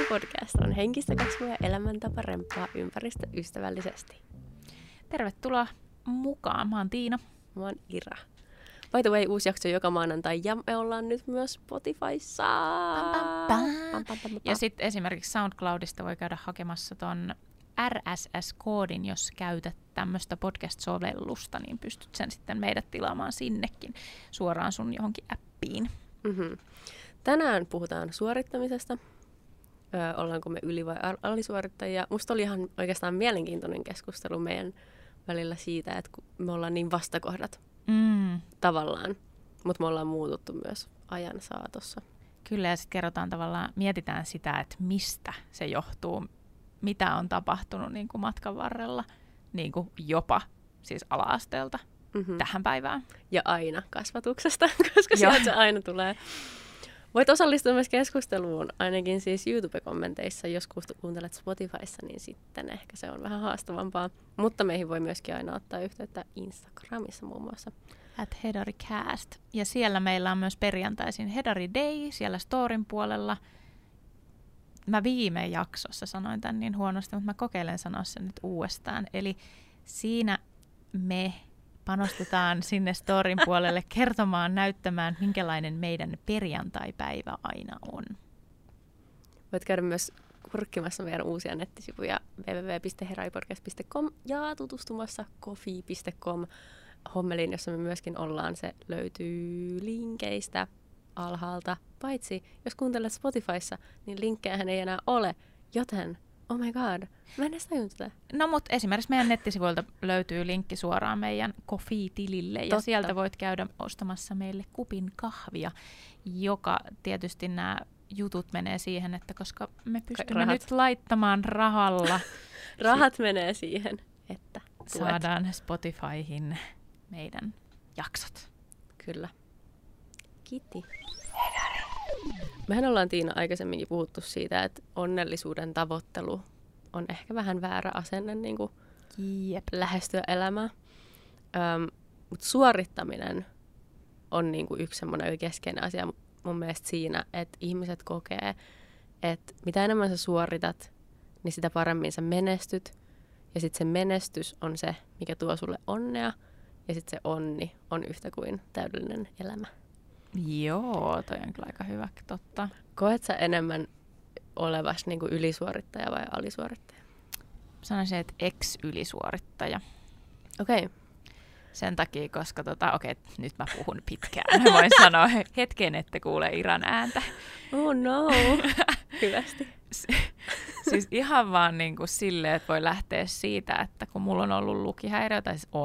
Podcast on henkistä kasvua ja elämäntapa remppaa ympäristöystävällisesti. Tervetuloa mukaan. Mä oon Tiina. Mä oon Ira. By the way, uusi jakso joka maanantai ja me ollaan nyt myös Spotifyssa. Ja sitten esimerkiksi SoundCloudista voi käydä hakemassa ton RSS-koodin, jos käytät tämmöistä podcast-sovellusta, niin pystyt sen sitten meidät tilaamaan sinnekin suoraan sun johonkin appiin. Mm-hmm. Tänään puhutaan suorittamisesta. Ollaanko me yli- vai alisuorittajia? Musta oli ihan oikeastaan mielenkiintoinen keskustelu meidän välillä siitä, että me ollaan niin vastakohdat tavallaan, mutta me ollaan muututtu myös ajan saatossa. Kyllä, ja sitten kerrotaan tavallaan, mietitään sitä, että mistä se johtuu, mitä on tapahtunut niin kuin matkan varrella, niin kuin jopa siis ala-asteelta tähän päivään. Ja aina kasvatuksesta, koska sieltä se aina tulee. Voit osallistua myös keskusteluun, ainakin siis YouTube-kommenteissa. Jos kuuntelet Spotifyssa, niin sitten ehkä se on vähän haastavampaa. Mutta meihin voi myöskin aina ottaa yhteyttä Instagramissa muun muassa. @hedaricast. Ja siellä meillä on myös perjantaisin Hedari Day siellä Storin puolella. Mä viime jaksossa sanoin tän niin huonosti, mutta mä kokeilen sanoa sen nyt uudestaan. Eli siinä me panostetaan sinne Storin puolelle kertomaan, näyttämään, minkälainen meidän perjantaipäivä aina on. Voit käydä myös kurkkimassa meidän uusia nettisivuja www.heraripodcast.com ja tutustumassa coffee.com hommeliin, jossa me myöskin ollaan. Se löytyy linkeistä alhaalta. Paitsi jos kuuntelet Spotifyssa, niin linkkejähän ei enää ole, joten oh my god, mä en edes tajunnut tätä. No mut esimerkiksi meidän nettisivuilta löytyy linkki suoraan meidän Coffee-tilille ja sieltä voit käydä ostamassa meille kupin kahvia, joka tietysti nämä jutut menee siihen, että koska me pystymme nyt laittamaan rahalla. Rahat menee siihen, että saadaan Spotifyhin meidän jaksot. Kyllä. Kiitti. Mehän ollaan Tiina aikaisemminkin puhuttu siitä, että onnellisuuden tavoittelu on ehkä vähän väärä asenne niin kuin lähestyä elämää. Mutta suorittaminen on niin kuin yksi semmoinen keskeinen asia mun mielestä siinä, että ihmiset kokee, että mitä enemmän sä suoritat, niin sitä paremmin sä menestyt. Ja sitten se menestys on se, mikä tuo sulle onnea. Ja sitten se onni on yhtä kuin täydellinen elämä. Joo, toi on kyllä aika hyvä, totta. Koet sä enemmän olevasi niin kuin ylisuorittaja vai alisuorittaja? Sanoisin, että ex-ylisuorittaja. Okei. Okay. Sen takia, koska nyt mä puhun pitkään. Mä voin sanoa hetken, että kuule Iran ääntä. Oh no, hyvästi. Siis ihan vaan niin kuin silleen, että voi lähteä siitä, että kun mulla on ollut lukihäiriö, tai siis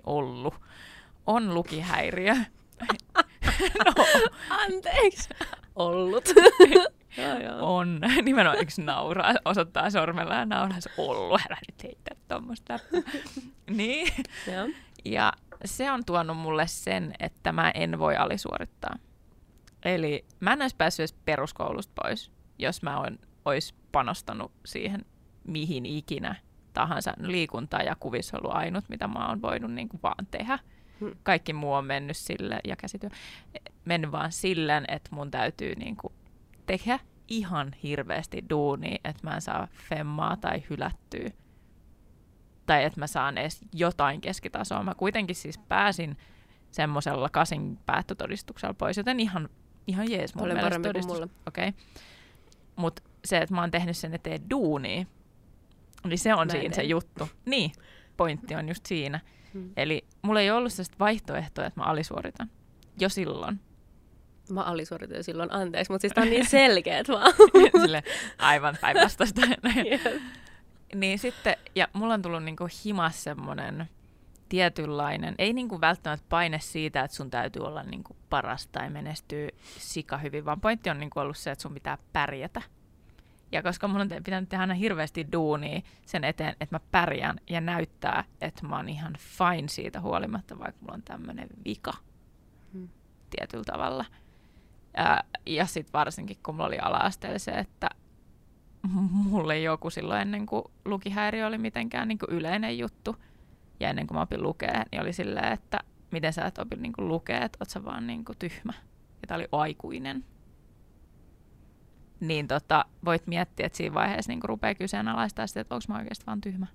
on lukihäiriö. No. Anteeksi. Ollut. On. Nimenomaan yksi nauraa, osoittaa sormella ja nauraa. Se ollut. Älä nyt heittää tuommoista. Niin. Ja se on tuonut mulle sen, että mä en voi alisuorittaa. Eli mä en olisi päässyt edes peruskoulusta pois, jos mä olisi panostanut siihen mihin ikinä tahansa. Liikuntaa ja kuvissa on ollut ainut, mitä mä oon voinut niin kuin vaan tehdä. Kaikki muu on mennyt sille ja mennyt vaan silleen, että mun täytyy niinku tehdä ihan hirveästi duunia, että mä en saa femmaa tai hylättyä. Tai että mä saan edes jotain keskitasoa. Mä kuitenkin siis pääsin semmoisella 8 päättötodistuksella pois, joten ihan jees mun mielestä parempi kuin mulla. Okay. Mut se, että mä oon tehnyt sen eteen duunia, niin se on siinä se juttu. Niin, pointti on just siinä. Eli mulla ei ollut sellaista vaihtoehtoa, että mä alisuoritan. Jo silloin. Mä alisuoritin jo silloin, anteeksi, mutta siis tää on niin selkeät vaan. Sille, aivan päinvastaista. Niin sitten, ja mulla on tullut niinku himas semmonen tietynlainen, ei niinku välttämättä paine siitä, että sun täytyy olla niinku paras tai menestyy sika hyvin, vaan pointti on niinku ollut se, että sun pitää pärjätä. Ja koska mun on pitänyt tehdä aina hirveästi duunia sen eteen, että mä pärjään ja näyttää, että mä oon ihan fine siitä huolimatta, vaikka mulla on tämmönen vika tietyllä tavalla. Ja sit varsinkin, kun mulla oli ala-asteella se, että mulle joku silloin ennen kuin lukihäiriö oli mitenkään niin kuin yleinen juttu. Ja ennen kuin mä opin lukea, niin oli silleen, että miten sä et opi niin kuin lukea, että oot sä vaan niin kuin tyhmä. Ja tää oli aikuinen. niin voit miettiä, että siinä vaiheessa niin rupeaa kyseenalaistaa sitä, että onko mä oikeasti vaan tyhmä.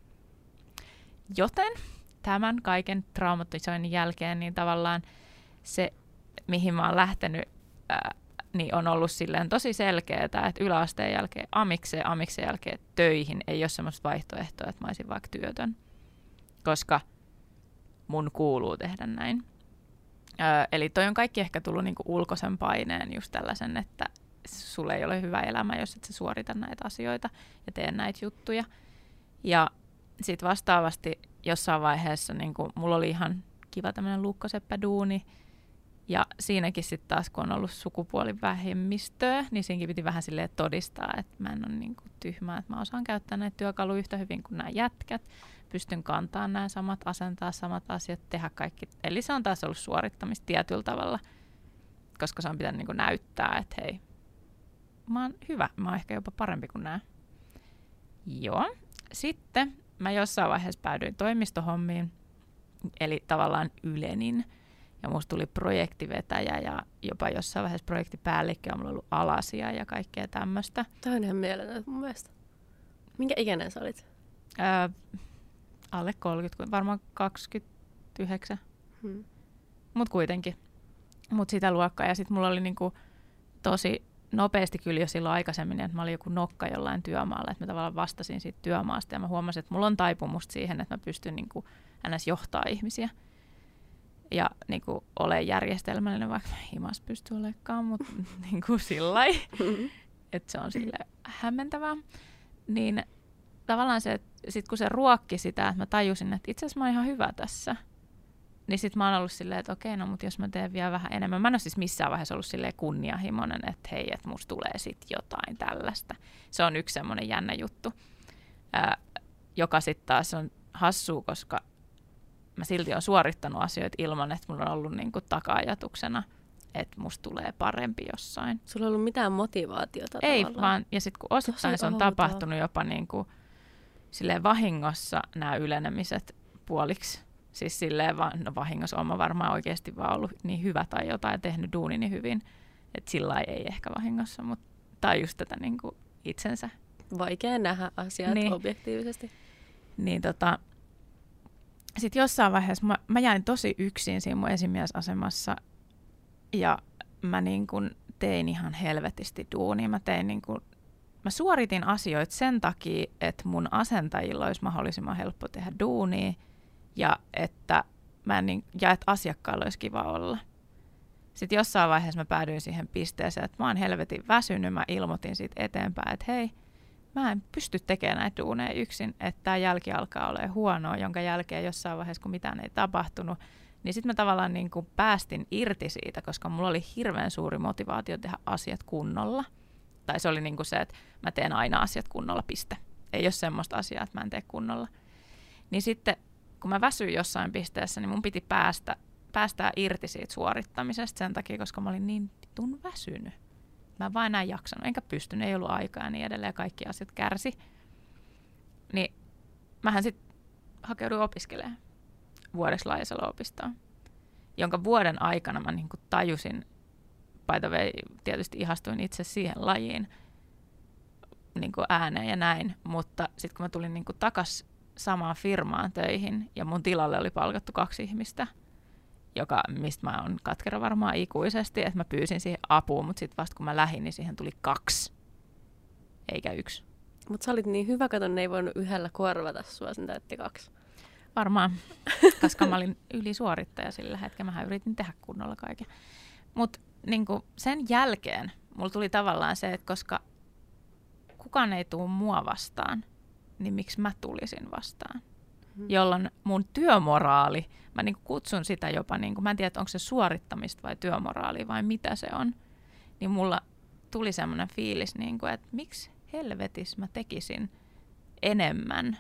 Joten tämän kaiken traumatisoinnin jälkeen niin tavallaan se, mihin mä oon lähtenyt, niin on ollut silleen tosi selkeää, että yläasteen jälkeen amikseen jälkeen töihin ei ole semmoista vaihtoehtoa, että mä olisin vaikka työtön, koska mun kuuluu tehdä näin. Eli toi on kaikki ehkä tullut niinku ulkoisen paineen just tällaisen, että sulle ei ole hyvä elämä, jos et sä suorita näitä asioita ja tee näitä juttuja. Ja sitten vastaavasti jossain vaiheessa niinku, mulla oli ihan kiva tämmöinen lukkoseppäduuni. Ja siinäkin sitten taas, kun on ollut sukupuolivähemmistöä, niin siinäkin piti vähän silleen todistaa, että mä en ole niinku tyhmä, että mä osaan käyttää näitä työkaluja yhtä hyvin kuin nämä jätkät. Pystyn kantamaan nämä samat, asentaa samat asiat, tehdä kaikki. Eli se on taas ollut suorittamista tietyllä tavalla, koska se on pitänyt niinku näyttää, että hei, mä oon hyvä, mä oon ehkä jopa parempi kuin nämä. Joo. Sitten mä jossain vaiheessa päädyin toimistohommiin, eli tavallaan ylenin. Ja musta tuli projektivetäjä ja jopa jossain vaiheessa projektipäällikkö, on mulla ollut alasia ja kaikkea tämmöistä. Tämä on ihan mielenkiintoista mun mielestä. Minkä ikäinen sä olit? Alle 30, varmaan 29. Mut kuitenkin. Mut sitä luokkaa. Ja sit mulla oli niinku tosi nopeasti kyllä jo silloin aikaisemmin, että mä olin joku nokka jollain työmaalla. Että mä tavallaan vastasin siitä työmaasta ja mä huomasin, että mulla on taipumusta siihen, että mä pystyn niinku ns. Johtaa ihmisiä. Ja niinku ole järjestelmällinen, vaikka himas pystyy olekaan, mutta niinku sillai, että se on sille hämmentävää. Niin tavallaan se, että sit kun se ruokki sitä, että mä tajusin, että itse asiassa mä oon ihan hyvä tässä, niin sit mä oon ollut silleen, että okei, no mutta jos mä teen vielä vähän enemmän. Mä en ole siis missään vaiheessa ollut silleen kunnianhimoinen, että hei, että musta tulee sit jotain tällaista. Se on yksi semmoinen jännä juttu, joka sitten taas on hassua, koska mä silti olen suorittanut asioita ilman, että mulla on ollut niinku taka-ajatuksena, että musta tulee parempi jossain. Sulla ei ollut mitään motivaatiota ei tavallaan. vaan, ja sitten kun osittain se on tapahtunut jopa niinku, silleen vahingossa nämä ylenemiset puoliksi. Siis silleen vahingossa olen varmaan oikeasti vaan ollut niin hyvä tai jotain ja tehnyt duunini hyvin. Että sillä ei ehkä vahingossa, mutta tai just tätä niinku itsensä. Vaikea nähdä asiat niin, objektiivisesti. Niin sitten jossain vaiheessa mä jäin tosi yksin siinä mun esimiesasemassa ja mä niin kun tein ihan helvetisti duunia. Mä suoritin asioita sen takia, että mun asentajilla olisi mahdollisimman helppo tehdä duunia ja että asiakkailla olisi kiva olla. Sitten jossain vaiheessa mä päädyin siihen pisteeseen, että mä oon helvetin väsynyt. Mä ilmoitin siitä eteenpäin, että hei, mä en pysty tekemään näitä duuneja yksin, että tämä jälki alkaa olemaan huonoa, jonka jälkeen jossain vaiheessa, kun mitään ei tapahtunut, niin sitten mä tavallaan niin kuin päästin irti siitä, koska mulla oli hirveän suuri motivaatio tehdä asiat kunnolla. Tai se oli niin kuin se, että mä teen aina asiat kunnolla, piste. Ei ole semmoista asiaa, että mä en tee kunnolla. Niin sitten, kun mä väsyin jossain pisteessä, niin mun piti päästää irti siitä suorittamisesta sen takia, koska mä olin niin vitun väsynyt. Mä en vaan enää jaksanut, enkä pystynyt, ei ollut aikaa ja niin edelleen, kaikki asiat kärsi. Niin mähän sitten hakeuduin opiskelemaan vuodeksi Laisalo-opistoon, jonka vuoden aikana mä niinku tajusin, by the way, tietysti ihastuin itse siihen lajiin niinku ääneen ja näin, mutta sitten kun mä tulin niinku takas samaan firmaan töihin ja mun tilalle oli palkattu 2 ihmistä, mistä mä oon katkera varmaan ikuisesti, että mä pyysin siihen apua, mutta sitten vasta kun mä lähdin, niin siihen tuli 2, eikä 1. Mutta sä olit niin hyvä, kato, ne ei voinut yhdellä korvata sua, sen täytti 2. Varmaan, koska mä olin ylisuorittaja sillä hetkellä, mä yritin tehdä kunnolla kaiken. Mutta niinku, sen jälkeen mulla tuli tavallaan se, että koska kukaan ei tule mua vastaan, niin miksi mä tulisin vastaan? Jolloin mun työmoraali, mä niinku kutsun sitä jopa, niinku, mä en tiedä, onko se suorittamista vai työmoraali vai mitä se on, niin mulla tuli semmoinen fiilis, niinku, että miksi helvetis mä tekisin enemmän,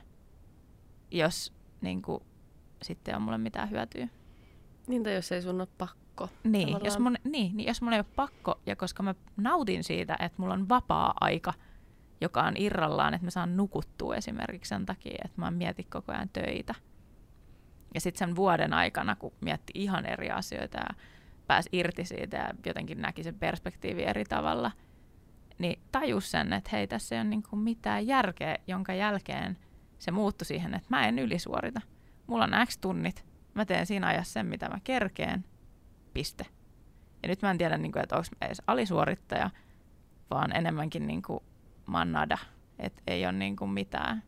jos niinku, sitten on mulle mitään hyötyä. Niin, tai jos ei sun ole pakko. Niin, jos mulla ei ole pakko, ja koska mä nautin siitä, että mulla on vapaa-aika, joka on irrallaan, että mä saan nukuttua esimerkiksi sen takia, että mä mietin koko ajan töitä. Ja sitten sen vuoden aikana, kun mietti ihan eri asioita ja pääsi irti siitä ja jotenkin näki sen perspektiivin eri tavalla, niin tajus sen, että hei, tässä ei ole niin kuin mitään järkeä, jonka jälkeen se muuttui siihen, että mä en ylisuorita. Mulla on X tunnit, mä teen siinä ajassa sen, mitä mä kerkeen, piste. Ja nyt mä en tiedä, niin kuin, että onko mä edes alisuorittaja, vaan enemmänkin niin kuin mä oon nada, että ei ole niin kuin mitään.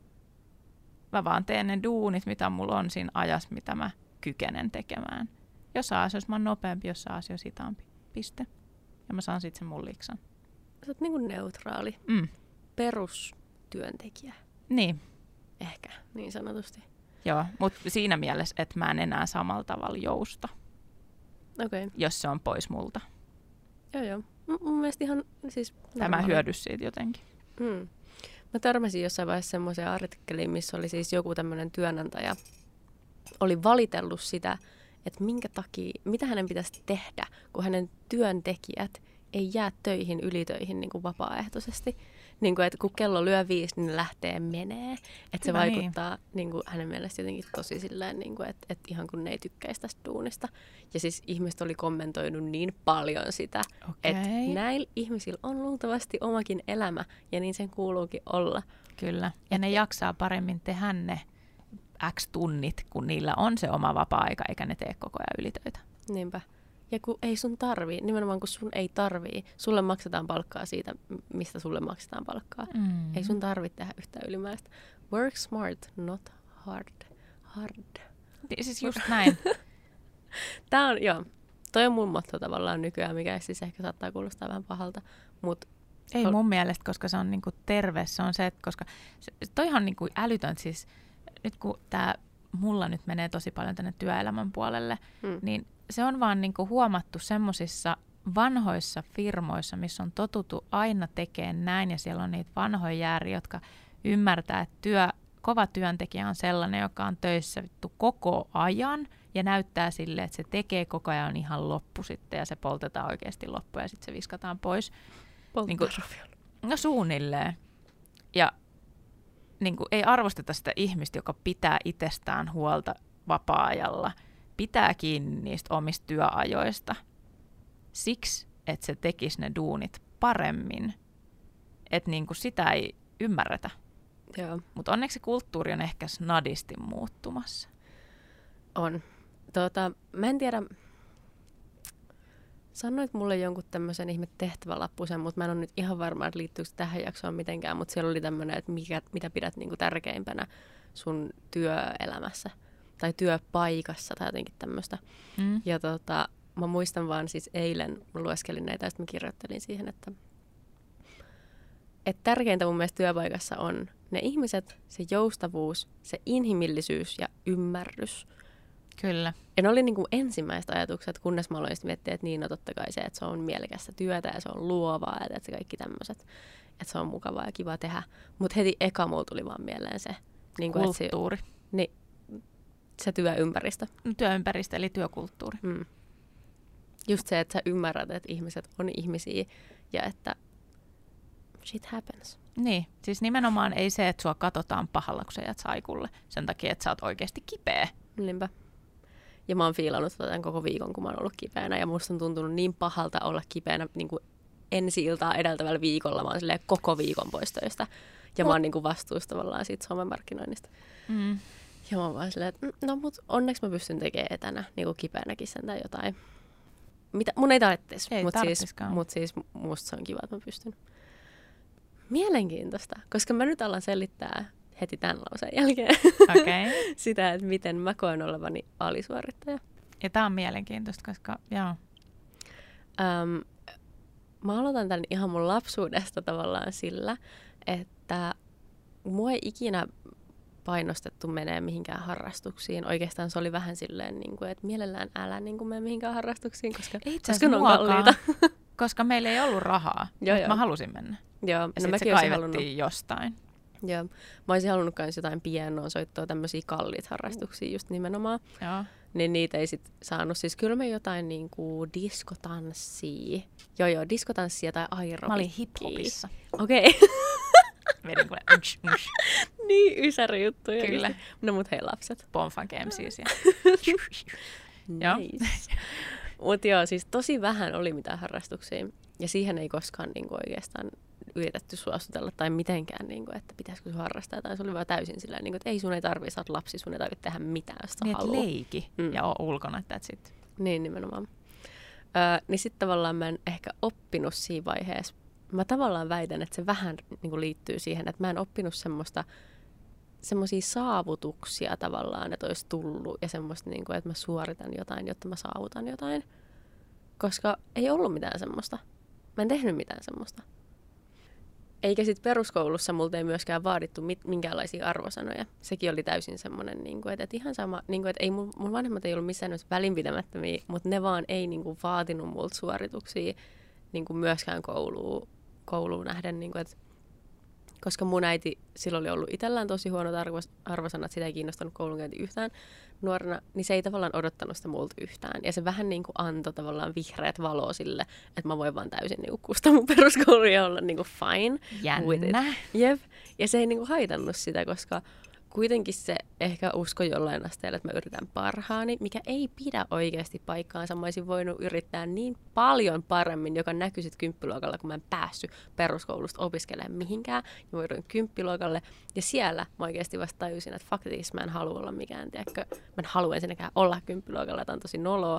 Mä vaan teen ne duunit, mitä mulla on siinä ajassa, mitä mä kykenen tekemään. Jossain asioissa mä oon nopeampi, jossain asioissa hitaampi. Piste. Ja mä saan sitten sen mun liksan. Sä oot niinku neutraali. Perustyöntekijä. Niin. Ehkä, niin sanotusti. Joo, mutta siinä mielessä, että mä en enää samalla tavalla jousta. Okei. Jos se on pois multa. Joo. Mun mielestä ihan siis... Tämä hyödy siitä jotenkin. Mä törmäsin jossain vaiheessa semmoiseen artikkeliin, missä oli siis joku tämmöinen työnantaja, oli valitellut sitä, että minkä takia, mitä hänen pitäisi tehdä, kun hänen työntekijät ei jää töihin, ylitöihin niin kuin vapaaehtoisesti. Niin kuin, että kun kello lyö 5, niin ne lähtee menee. Että se vaikuttaa niin kuin hänen mielestä jotenkin tosi silleen, niin kuin, että ihan kun ne ei tykkäisi tästä duunista. Ja siis ihmiset oli kommentoinut niin paljon sitä, että näillä ihmisillä on luultavasti omakin elämä ja niin sen kuuluukin olla. Kyllä. Ja ne jaksaa paremmin tehdä ne X tunnit, kun niillä on se oma vapaa-aika, eikä ne tee koko ajan ylitöitä. Niinpä. Ja kun ei sun tarvii, nimenomaan kun sun ei tarvii, sulle maksetaan palkkaa siitä, mistä sulle maksetaan palkkaa. Ei sun tarvitse tehdä yhtään ylimääräistä. Work smart, not hard. Siis just näin. Tää on, joo. Toi on mun motto tavallaan nykyään, mikä siis ehkä saattaa kuulostaa vähän pahalta, mut ei mun mielestä, koska se on niinku terve. Se on se, että koska toihan on niinku älytön, siis nyt kun tää mulla nyt menee tosi paljon tänne työelämän puolelle, niin se on vaan niinku huomattu semmosissa vanhoissa firmoissa, missä on totuttu aina tekemään näin, ja siellä on niitä vanhoja jääriä, jotka ymmärtää, että kova työntekijä on sellainen, joka on töissä koko ajan, ja näyttää sille, että se tekee koko ajan ihan loppu sitten, ja se poltetaan oikeasti loppu, ja sitten se viskataan pois. Niin no suunnilleen. Ja niin kuin, ei arvosteta sitä ihmistä, joka pitää itsestään huolta vapaa-ajalla, pitää kiinni niistä omista työajoista siksi, että se tekisi ne duunit paremmin. Että niin kuin sitä ei ymmärretä. Mutta onneksi kulttuuri on ehkä snadisti muuttumassa. On. Mä en tiedä, sanoit mulle jonkun tämmöisen ihme tehtävälappusen, mutta mä en ole nyt ihan varma, että liittyykö tähän jaksoon mitenkään, mutta siellä oli tämmöinen, että mitä pidät niinku tärkeimpänä sun työelämässä tai työpaikassa tai jotenkin tämmöistä. Ja mä muistan vaan siis eilen, mä lueskelin näitä ja sitten mä kirjoittelin siihen, että tärkeintä mun mielestä työpaikassa on ne ihmiset, se joustavuus, se inhimillisyys ja ymmärrys. Kyllä. Ja ne oli niin kuin ensimmäiset ajatukset, kunnes mä aloin miettiä, että niin, no totta kai se, että se on mielekästä työtä ja se on luovaa, että se kaikki tämmöiset, että se on mukavaa ja kiva tehdä. Mutta heti eka mulla tuli vaan mieleen se niin kuin, kulttuuri. Se työympäristö. Työympäristö eli työkulttuuri. Just se, että sä ymmärrät, että ihmiset on ihmisiä ja että shit happens. Niin, siis nimenomaan ei se, että sua katsotaan pahalla, kun sä jäät saikulle sen takia, että sä oot oikeasti kipeä. Niinpä. Ja mä oon fiilannut tämän koko viikon, kun mä oon ollut kipeänä. Ja musta on tuntunut niin pahalta olla kipeänä niin kuin ensi-iltaa edeltävällä viikolla. Mä oon silleen koko viikon pois töistä. Ja mä oon niin kuin vastuussa tavallaan siitä somemarkkinoinnista. Ja mä oon vaan silleen, että no mut onneksi mä pystyn tekemään etänä niin kuin kipeänäkin sen tai jotain. Mun ei tarvitsisi. Mutta siis musta se on kiva, että mä pystyn. Mielenkiintoista, koska mä nyt alan selittää heti tämän lauseen jälkeen sitä, että miten mä koen olevani alisuorittaja. Ja tää on mielenkiintoista, koska joo. Mä aloitan tämän ihan mun lapsuudesta tavallaan sillä, että mua ei ikinä painostettu menee mihinkään harrastuksiin. Oikeastaan se oli vähän silleen, että mielellään älä mene mihinkään harrastuksiin, koska ne on kalliita. Koska meillä ei ollut rahaa, mutta mä halusin mennä. Joo, ja sitten se kaivettiin jostain. Joo, mä olisin halunnut myös jotain pianoa soittoa, tämmöisiä kalliita harrastuksia just nimenomaan. Joo. Niin niitä ei sit saanut. Siis kyllä me jotain niinku diskotanssia. Joo, diskotanssia tai aerobikkiä. Mä olin hiphopissa. Okei. Vedin kuule niin ysäri juttuja. Kyllä. No mut hei lapset. Bonfunk MCs. Nice. Mutta joo, siis tosi vähän oli mitään harrastuksia. Ja siihen ei koskaan niinku oikeastaan yritetty suostutella tai mitenkään, niinku, että pitäisikö sun harrastaa. Tai se oli vaan täysin sillä niinku, että ei sun ei tarvitse, sä oot lapsi, sun ei tarvitse tehdä mitään, jos sä haluat. Leiki ja oo ulkona, that's it. Niin, nimenomaan. Niin sitten tavallaan mä en ehkä oppinut siinä vaiheessa. Mä tavallaan väitän, että se vähän niinku liittyy siihen, että mä en oppinut semmoisia saavutuksia tavallaan, että olisi tullut ja semmoista, niinku, että mä suoritan jotain, jotta mä saavutan jotain. Koska ei ollut mitään semmoista. Mä en tehnyt mitään semmoista. Eikä sitten peruskoulussa multa ei myöskään vaadittu minkäänlaisia arvosanoja. Sekin oli täysin semmoinen, niinku, että ihan sama, niinku, että ei mun vanhemmat ei ollut missään nimessä välinpitämättömiä, mutta ne vaan ei niinku, vaatinut multa suorituksia niinku, myöskään kouluun nähden. Niinku, koska mun äiti silloin oli ollut itsellään tosi huonot arvosanat, sitä ei kiinnostanut koulunkäynti yhtään nuorena, niin se ei tavallaan odottanut sitä multa yhtään. Ja se vähän niin kuin antoi tavallaan vihreät valoa sille, että mä voin vaan täysin niin kuin kustaa mun peruskoulu ja olla niin kuin fine with it. Jep. Ja se ei niin kuin haitannut sitä, koska kuitenkin se ehkä usko jollain asteella, että mä yritän parhaani, mikä ei pidä oikeasti paikkaansa. Mä olisin voinut yrittää niin paljon paremmin, joka näkyi sitten kymppiluokalla, kun mä en päässyt peruskoulusta opiskelemaan mihinkään. Ja mä joudun kymppiluokalle. Ja siellä mä oikeasti vasta tajusin, että fuck this, mä en halua olla mikään, tiedätkö? Mä en halua ensinnäkään olla kymppiluokalla, tämä on tosi noloa.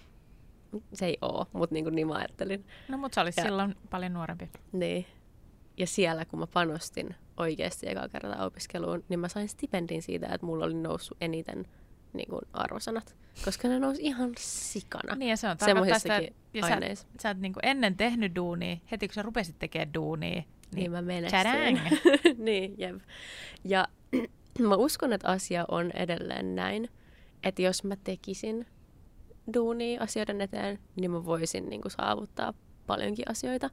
Se ei oo, mutta niin mä ajattelin. No mutta sä olit silloin paljon nuorempi. Niin. Ja siellä, kun mä panostin oikeasti ekaa kertaa opiskeluun, niin mä sain stipendin siitä, että mulla oli noussut eniten niin kuin arvosanat. Koska ne nousi ihan sikana. Niin ja se on tarkoittaa sitä, että sä oot niin kuin ennen tehnyt duunia, heti kun sä rupesit tekemään duunia, niin mä menestyin. Niin, jep. Ja mä uskon, että asia on edelleen näin, että jos mä tekisin duunia asioiden eteen, niin mä voisin niin kuin saavuttaa paljonkin asioita.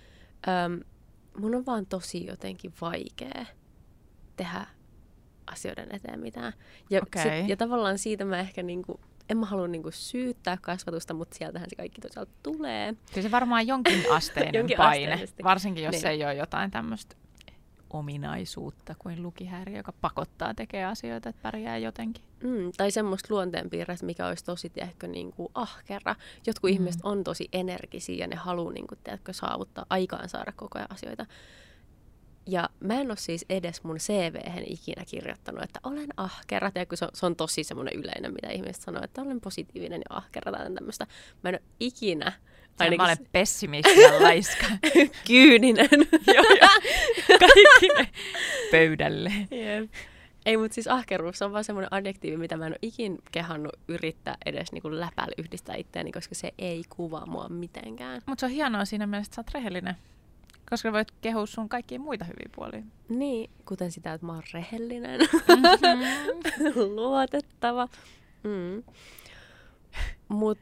Mun on vaan tosi jotenkin vaikea tehdä asioiden eteen mitään. Ja tavallaan siitä mä ehkä niinku, en mä halua niinku syyttää kasvatusta, mutta sieltähän se kaikki toisaalta tulee. Kyllä se varmaan jonkin asteinen paine, varsinkin jos ei ole jotain tämmöistä ominaisuutta kuin lukihäiriö, joka pakottaa tekemään asioita, että pärjää jotenkin. Tai semmoista luonteenpiirrettä, mikä olisi tosi tiedätkö, niinku ahkera. Jotkut ihmiset on tosi energisiä ja ne haluaa niinku, tiedätkö, saavuttaa, aikaan saada koko ajan asioita. Ja mä en ole siis edes mun CV:hen ikinä kirjoittanut, että olen ahkera. Tiedätkö, se on tosi semmoinen yleinen, mitä ihmiset sanoo, että olen positiivinen ja ahkera tai tämmöistä. Mä en ole ikinä... Mä olen pessimisti ja laiska. Kyyninen. Joo. Kaikki ne pöydälle. Yep. Ei, mutta siis ahkeruus on vaan semmoinen adjektiivi, mitä mä en ole ikin kehannut yrittää edes niinku läpällä yhdistää itseäni, koska se ei kuvaa mua mitenkään. Mutta se on hienoa siinä mielessä, että sä oot rehellinen. Koska voit kehua sun kaikkia muita hyviä puolia. Niin, kuten sitä, että mä oon rehellinen. Luotettava. Mut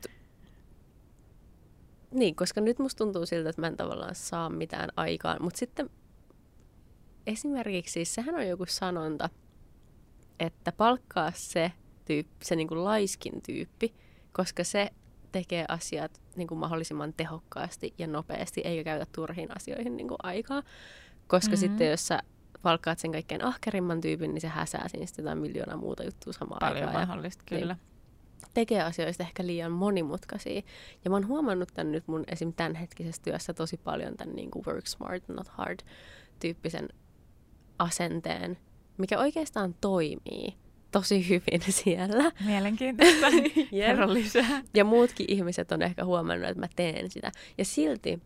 niin, koska nyt musta tuntuu siltä, että mä en tavallaan saa mitään aikaan. Mutta sitten esimerkiksi siis sehän on joku sanonta, että palkkaa se niinku laiskin tyyppi, koska se tekee asiat niinku mahdollisimman tehokkaasti ja nopeasti, eikä käytä turhiin asioihin niinku aikaa. Koska sitten jos sä palkkaat sen kaikkein ahkerimman tyypin, niin se häsää siinä sitten jotain miljoonaa muuta juttua samaan aikaan. Paljon mahdollista, kyllä. Niin, tekee asioista ehkä liian monimutkaisia. Ja mä oon huomannut tämän nyt mun esim. Tämänhetkisessä työssä tosi paljon tämän niin kuin work smart, not hard -tyyppisen asenteen, mikä oikeastaan toimii tosi hyvin siellä. Mielenkiintoista. Kerro lisää. Ja muutkin ihmiset on ehkä huomannut, että mä teen sitä. Ja silti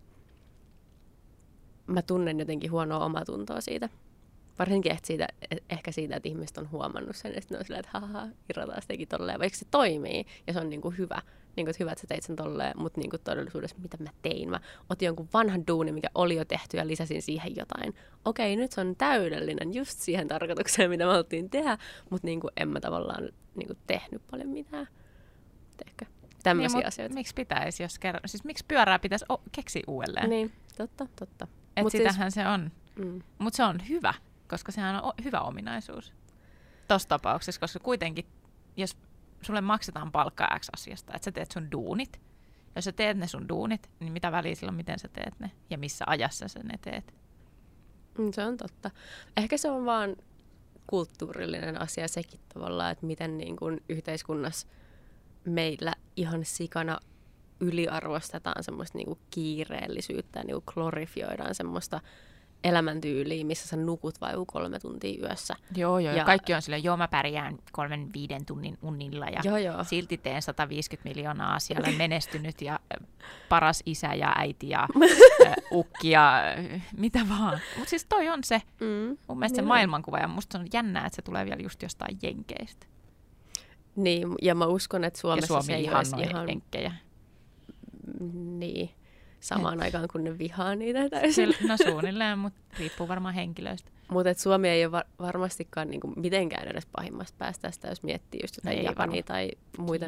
mä tunnen jotenkin huonoa omatuntoa siitä. Varsinkin ehkä siitä, että ihmiset on huomannut sen, että ne on silleen, että haha, Ira taas teki tolleen, vaikka se toimii ja se on niinku hyvä. Niinku, että hyvä, että sä teit sen tolleen, mutta niinku todellisuudessa mitä mä tein? Mä otin jonkun vanhan duunin, mikä oli jo tehty ja lisäsin siihen jotain. Okei, nyt se on täydellinen just siihen tarkoitukseen, mitä me haluttiin tehdä, mutta niinku en mä tavallaan niinku tehnyt paljon mitään. Tehkö? Tämmöisiä niin, asioita. Miksi pitäisi, jos kerran? Siis miksi pyörää pitäisi keksiä uudelleen? Niin, totta. Että sitähän siis se on. Mutta se on hyvä, koska sehän on hyvä ominaisuus tuossa tapauksessa, koska kuitenkin, jos sulle maksetaan palkkaa X asiasta, että sä teet sun duunit, jos sä teet ne sun duunit, niin mitä väliä silloin, miten sä teet ne ja missä ajassa sä ne teet? Se on totta. Ehkä se on vaan kulttuurillinen asia sekin tavallaan, että miten niin kun yhteiskunnassa meillä ihan sikana yliarvostetaan semmoista niinku kiireellisyyttä ja niinku glorifioidaan semmoista elämäntyyliä, missä sä nukut vai 3 tuntia yössä. Joo, ja kaikki on silleen, mä pärjään 3-5 tunnin unilla ja silti teen 150 miljoonaa asialle menestynyt ja paras isä ja äiti ja ukki ja mitä vaan. Mutta siis toi on se mun mielestä se maailmankuva ja musta on jännää, että se tulee vielä just jostain jenkeistä. Niin, ja mä uskon, että Suomessa se ei olisi ihan jenkkejä. Niin. Samaan aikaan, kun ne vihaa niitä täysin. No suunnilleen, mutta riippuu varmaan henkilöistä. Mutta Suomi ei ole varmastikaan niinku mitenkään edes pahimmasta päästä sitä, jos miettii just jotain Japania tai muita.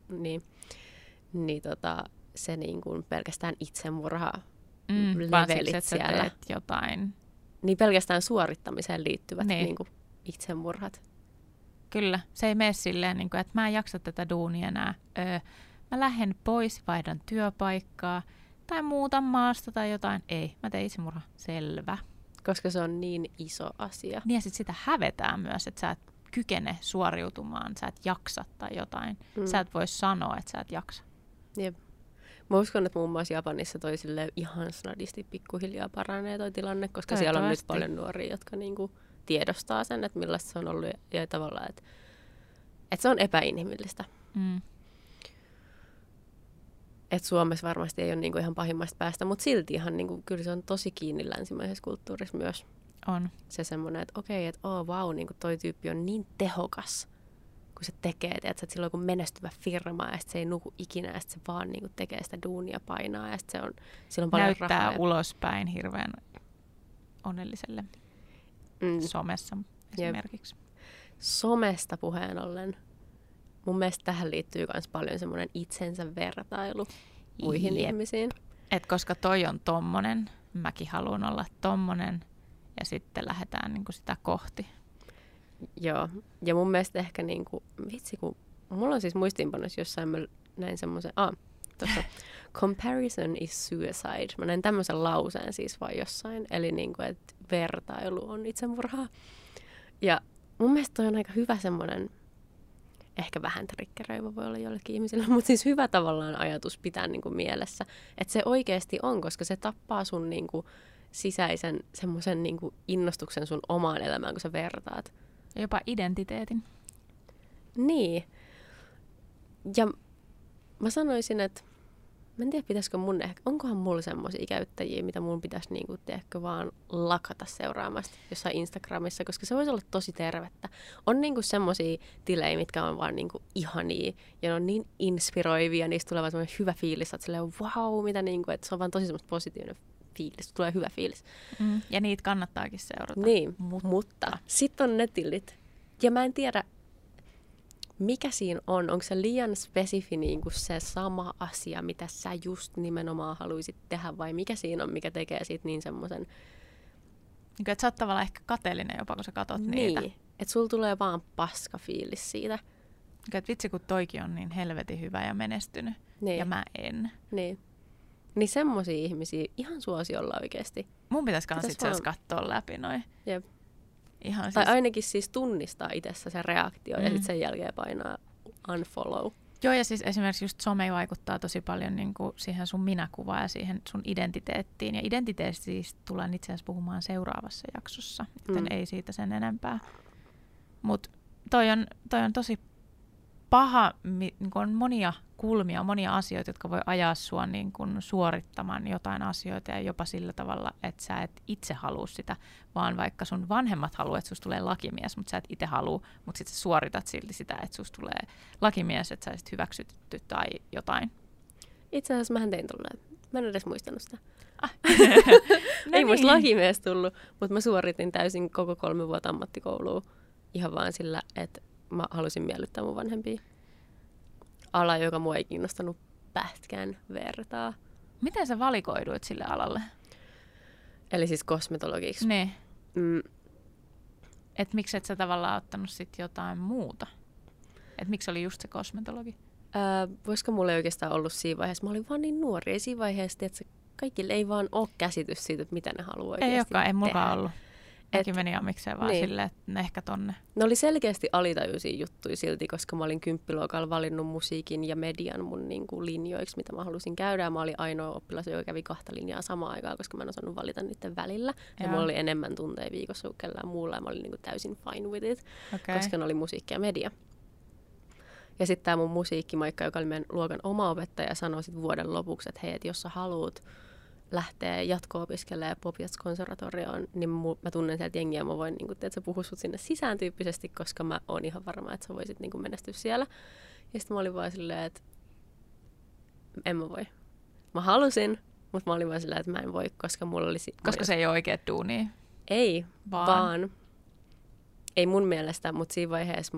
Se niinku pelkästään itsemurha levelit siellä. Teet jotain. Niin pelkästään suorittamiseen liittyvät niinku itsemurhat. Kyllä, se ei mene silleen, että mä en jaksa tätä duunia enää. Mä lähden pois, vaihdan työpaikkaa. Tai muuta maasta tai jotain. Ei, mä tein itsemurha. Selvä. Koska se on niin iso asia. Niin ja sit sitä hävetään myös, että sä et kykene suoriutumaan, sä et jaksa tai jotain. Sä et voi sanoa, että sä et jaksa. Jep. Mä uskon, että muun muassa Japanissa toi ihan snadisti pikkuhiljaa paranee toi tilanne, koska siellä on nyt paljon nuoria, jotka niinku tiedostaa sen, että millaista se on ollut ja tavallaan, että se on epäinhimillistä. Että Suomessa varmasti ei ole niinku ihan pahimmasta päästä, mutta silti ihan niinku, kyllä se on tosi kiinni länsimaisessa kulttuurissa myös. On. Se semmoinen, että okei, että niinku toi tyyppi on niin tehokas, kun se tekee, että sillä on joku menestyvä firma ja se ei nuku ikinä ja se vaan niinku tekee sitä duunia painaa ja sillä on paljon rahaa. Näyttää ulospäin hirveän onnelliselle somessa esimerkiksi. Somesta puheen ollen. Mun mielestä tähän liittyy myös paljon semmoinen itsensä vertailu muihin ihmisiin. Et koska toi on tommonen, mäkin haluan olla tommonen, ja sitten lähdetään niinku sitä kohti. Joo, ja mun mielestä ehkä niinku, vitsi kun, mulla on siis muistiinpanossa jossain, mä näin semmoisen, tuossa, comparison is suicide. Mä näin tämmöisen lauseen siis vaan jossain, eli niinku, että vertailu on itsemurhaa. Ja mun mielestä toi on aika hyvä semmoinen, ehkä vähän triggeröivä voi olla jollekin ihmisille, mutta siis hyvä tavallaan ajatus pitää niinku mielessä, että se oikeasti on, koska se tappaa sun niinku sisäisen semmoisen niinku innostuksen sun omaan elämään, kun sä vertaat. Ja jopa identiteetin. Niin. Ja mä sanoisin, että mä en tiedä, pitäisikö onkohan mulla semmoisia käyttäjiä, mitä mun pitäisi niinku vaan lakata seuraamasta jossain Instagramissa, koska se voisi olla tosi tervettä. On niinku semmoisia tilejä, mitkä on vaan niinku ihania ja ne on niin inspiroivia, niistä tulee vaan semmoinen hyvä fiilis, että silleen wow, mitä niinku, että se on vaan tosi semmoista positiivinen fiilis, tulee hyvä fiilis. Ja niitä kannattaakin seurata. Niin, mutta sitten on ne tilit. Ja mä en tiedä, mikä siinä on? Onko se liian spesifi niin kuin se sama asia, mitä sä just nimenomaan haluaisit tehdä, vai mikä siinä on, mikä tekee siitä niin semmoisen... Niin, että sä oot tavallaan ehkä kateellinen jopa, kun sä katot niitä. Niin, että sulla tulee vaan paska fiilis siitä. Niin, että vitsi, kun toikin on niin helvetin hyvä ja menestynyt, ja mä en. Niin semmosia ihmisiä ihan suosiolla oikeasti. Mun pitäisi kans itse asiassa katsoa läpi noin. Jep. Ihan tai ainakin siis tunnistaa itsessä se reaktio ja sitten sen jälkeen painaa unfollow. Joo, ja siis esimerkiksi just some vaikuttaa tosi paljon niin kuin siihen sun minäkuvaan ja siihen sun identiteettiin. Ja identiteetistä siis tullaan itse asiassa puhumaan seuraavassa jaksossa, joten ei siitä sen enempää. Mutta toi on tosi paha, niin on monia kulmia, monia asioita, jotka voi ajaa sua niin kuin suorittamaan jotain asioita ja jopa sillä tavalla, että sä et itse halua sitä, vaan vaikka sun vanhemmat haluaa, että susta tulee lakimies, mutta sä et itse halua, mutta sitten sä suoritat silti sitä, että susta tulee lakimies, että sä olisit hyväksytty tai jotain. Itse asiassa mähän tein tolleen. Mä en edes muistanut sitä. No ei muista lakimies tullut, mutta mä suoritin täysin koko 3 vuotta ammattikoulua ihan vaan sillä, että mä halusin miellyttää mun vanhempia. Ala, joka mua ei kiinnostanut pätkän vertaa. Miten sä valikoiduit sille alalle? Eli siis kosmetologiksi. Ne. Et miksi et sä tavallaan ottanut sit jotain muuta? Et miksi oli just se kosmetologi? Voisiko mulla ei oikeastaan ollut siinä vaiheessa? Mä olin vaan niin nuori. Ei siinä vaiheessa, että kaikille ei vaan ole käsitys siitä, että mitä ne haluaa oikeasti ei mukaan ollut. Mäkin meni amikseen vaan silleen, että ehkä tonne. Ne oli selkeästi alitajuisia juttuja silti, koska mä olin 10-luokalla valinnut musiikin ja median mun niinku linjoiksi, mitä mä halusin käydä. Ja mä olin ainoa oppilas, joka kävi 2 linjaa samaan aikaan, koska mä en osannut valita niiden välillä. Ja mulla oli enemmän tunteja viikossa kuin kellään muulla ja mä olin niinku täysin fine with it, koska ne oli musiikki ja media. Ja sitten tämä mun musiikkimaikka, joka oli meidän luokan oma opettaja, sanoi sit vuoden lopuksi, että hei, että jos sä haluut lähteä jatko-opiskelemaan Pop-Jazz-konservatorioon, niin mä tunnen sieltä jengiä ja mä voin puhua sut sinne sisään tyyppisesti, koska mä oon ihan varma, että sä voisit menestyä siellä. Ja sitten mä olin vaan silleen, että en mä voi. Mä halusin, mutta mä olin vaan silleen, että mä en voi, koska mulla oli... Koska se ei ole oikea duunia? Ei, vaan... Ei mun mielestä, mutta siinä vaiheessa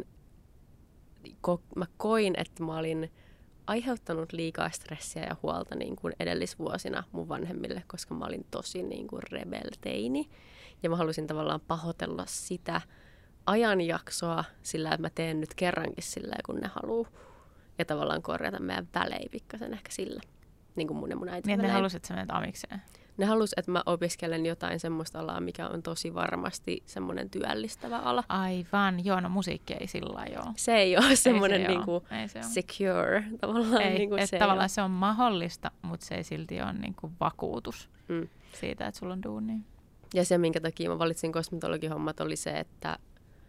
mä koin, että mä olin aiheuttanut liikaa stressiä ja huolta niin kuin edellisvuosina mun vanhemmille, koska mä olin tosi niin kuin rebelteini. Ja mä halusin tavallaan pahoitella sitä ajanjaksoa sillä, että mä teen nyt kerrankin sillä, kun ne haluaa. Ja tavallaan korjata meidän välejä pikkasen ehkä sillä. Niin kuin mun ja mun äitin välejä. Niin, ne halusivat, että sä menet amikseen? Ne halusivat, että mä opiskelen jotain semmoista alaa, mikä on tosi varmasti semmoinen työllistävä ala. Aivan, joo, no musiikki ei sillä joo. Se ei ole semmoinen niinku secure tavallaan. Ei, niinku se tavallaan se on mahdollista, mutta se ei silti ole niinku vakuutus siitä, että sulla on duunia. Ja se, minkä takia mä valitsin kosmetologihommat, oli se, että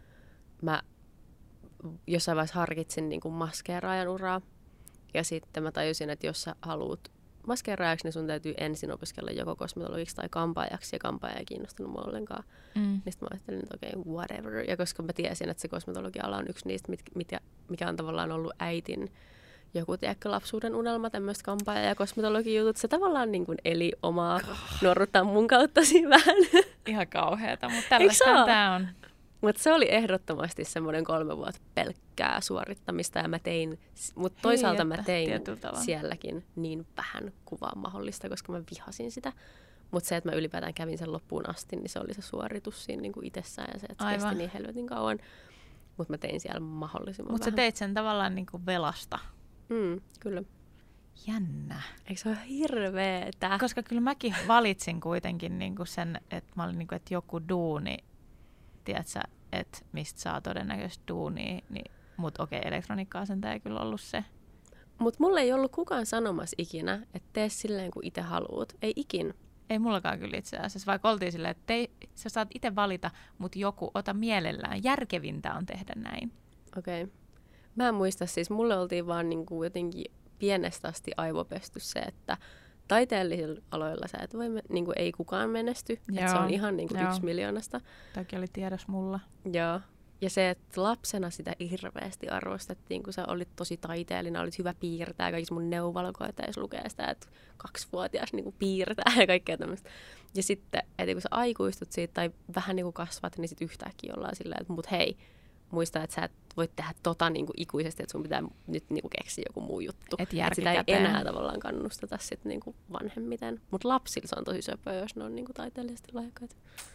mä jossain vaiheessa harkitsin niinku maskeeraajan uraa. Ja sitten mä tajusin, että jos sä haluut maskeeraajaksi, niin sun täytyy ensin opiskella joko kosmetologiksi tai kampaajaksi, ja kampaaja ei kiinnostunut mua ollenkaan. Niin sitten mä ajattelin, että okei, whatever. Ja koska mä tiesin, että se kosmetologia-ala on yksi niistä, mikä on tavallaan ollut äitin joku lapsuuden unelma, tämmöistä kampaaja- ja kosmetologijutut. Se tavallaan niin kuin eli omaa nuoruuttaan mun kautta siinä vähän. Ihan kauheata, mutta tällaista tää on. Mutta se oli ehdottomasti semmoinen 3 vuotta pelkkää suorittamista ja mä tein, mutta toisaalta mä tein sielläkin niin vähän kuvaa mahdollista, koska mä vihasin sitä. Mutta se, että mä ylipäätään kävin sen loppuun asti, niin se oli se suoritus siinä niinku itsessään ja se, että se kesti niin helvetin kauan. Mutta mä tein siellä mahdollisimman vähän. Mutta sä teit sen tavallaan niinku velasta. Kyllä. Jännä. Eikö se ole hirveetä? Koska kyllä mäkin valitsin kuitenkin niinku sen, että mä olin niinku, että joku duuni, tiedätkö, että mistä saa todennäköisesti duunia, niin, mutta okei, elektroniikkaa sen ei kyllä ollut se. Mutta mulle ei ollut kukaan sanomassa ikinä, että tee silleen, kun itse haluut. Ei ikin. Ei mullakaan kyllä itse asiassa, vaikka oltiin silleen, että sä saat itse valita, mutta joku ota mielellään. Järkevintä on tehdä näin. Okei. Mä en muista, siis mulle oltiin vaan niinku jotenkin pienestä asti aivopesty se, että taiteellisilla aloilla sä et voi, niinku ei kukaan menesty. Että se on ihan niinku 1 miljoonasta. Toki oli tiedos mulla. Joo. Ja se, että lapsena sitä hirveästi arvostettiin, kun sä olit tosi taiteellinen, olit hyvä piirtää. Kaikissa mun neuvalokoita edes lukee sitä, että 2-vuotias niin piirtää ja kaikkea tämmöistä. Ja sitten, että kun sä aikuistut siitä tai vähän niin kuin kasvat, niin sitten yhtäkkiä ollaan silleen, että mut hei, muista, että sä et voi tehdä niin kuin ikuisesti, että sun pitää nyt niin kuin keksiä joku muu juttu. Että sitä ei enää tavallaan kannusteta sitten niin kuin vanhemmiten. Mutta lapsilla se on tosi söpöä, jos ne on niin kuin taiteellisesti lahjakkaita.